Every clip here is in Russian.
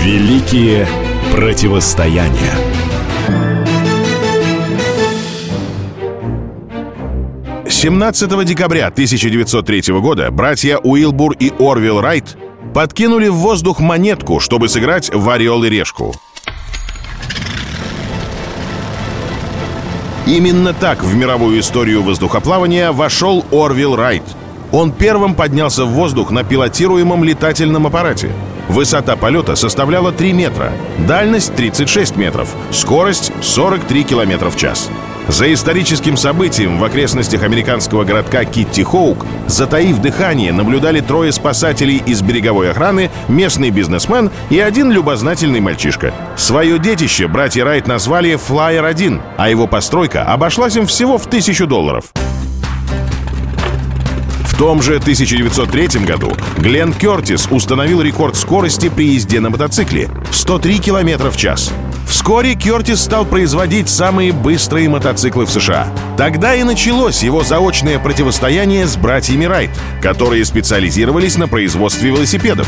Великие противостояния. — 17 декабря 1903 года братья Уилбур и Орвилл Райт подкинули в воздух монетку, чтобы сыграть в «Орел и решку». Именно так в мировую историю воздухоплавания вошел Орвилл Райт. Он первым поднялся в воздух на пилотируемом летательном аппарате. Высота полета составляла 3 метра, дальность 36 метров, скорость 43 километра в час. За историческим событием в окрестностях американского городка Китти-Хоук, затаив дыхание, наблюдали 3 спасателей из береговой охраны, местный бизнесмен и 1 любознательный мальчишка. Свое детище братья Райт назвали «Флайер-1», а его постройка обошлась им всего в $1000. В том же 1903 году Глен Кертис установил рекорд скорости при езде на мотоцикле — 103 км в час. Вскоре Кертис стал производить самые быстрые мотоциклы в США. Тогда и началось его заочное противостояние с братьями Райт, которые специализировались на производстве велосипедов.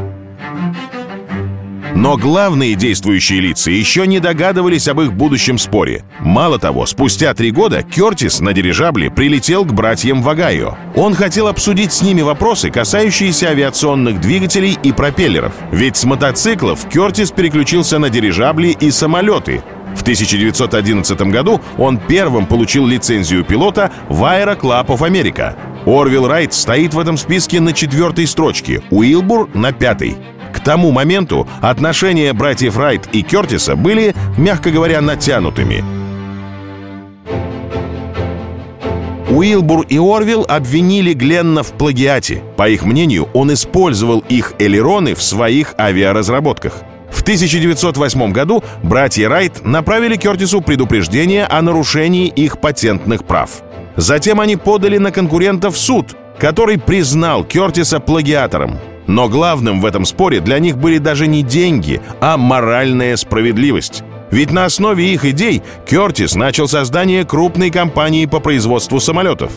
Но главные действующие лица еще не догадывались об их будущем споре. Мало того, спустя 3 года Кертис на дирижабле прилетел к братьям в Огайо. Он хотел обсудить с ними вопросы, касающиеся авиационных двигателей и пропеллеров. Ведь с мотоциклов Кертис переключился на дирижабли и самолеты. В 1911 году он первым получил лицензию пилота в Aero Club of America. Орвилл Райт стоит в этом списке на 4-й строчке, Уилбур на 5-й. К тому моменту отношения братьев Райт и Кертиса были, мягко говоря, натянутыми. Уилбур и Орвилл обвинили Гленна в плагиате. По их мнению, он использовал их элероны в своих авиаразработках. В 1908 году братья Райт направили Кертису предупреждение о нарушении их патентных прав. Затем они подали на конкурентов в суд, который признал Кертиса плагиатором. Но главным в этом споре для них были даже не деньги, а моральная справедливость. Ведь на основе их идей Кертис начал создание крупной компании по производству самолетов.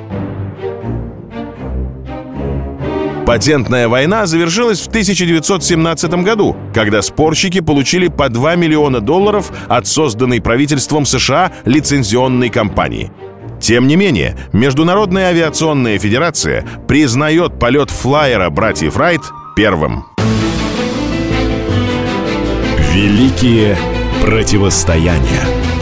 Патентная война завершилась в 1917 году, когда спорщики получили по $2 миллиона от созданной правительством США лицензионной компании. Тем не менее, Международная авиационная федерация признает полет флайера братьев Райт первым. Великие противостояния.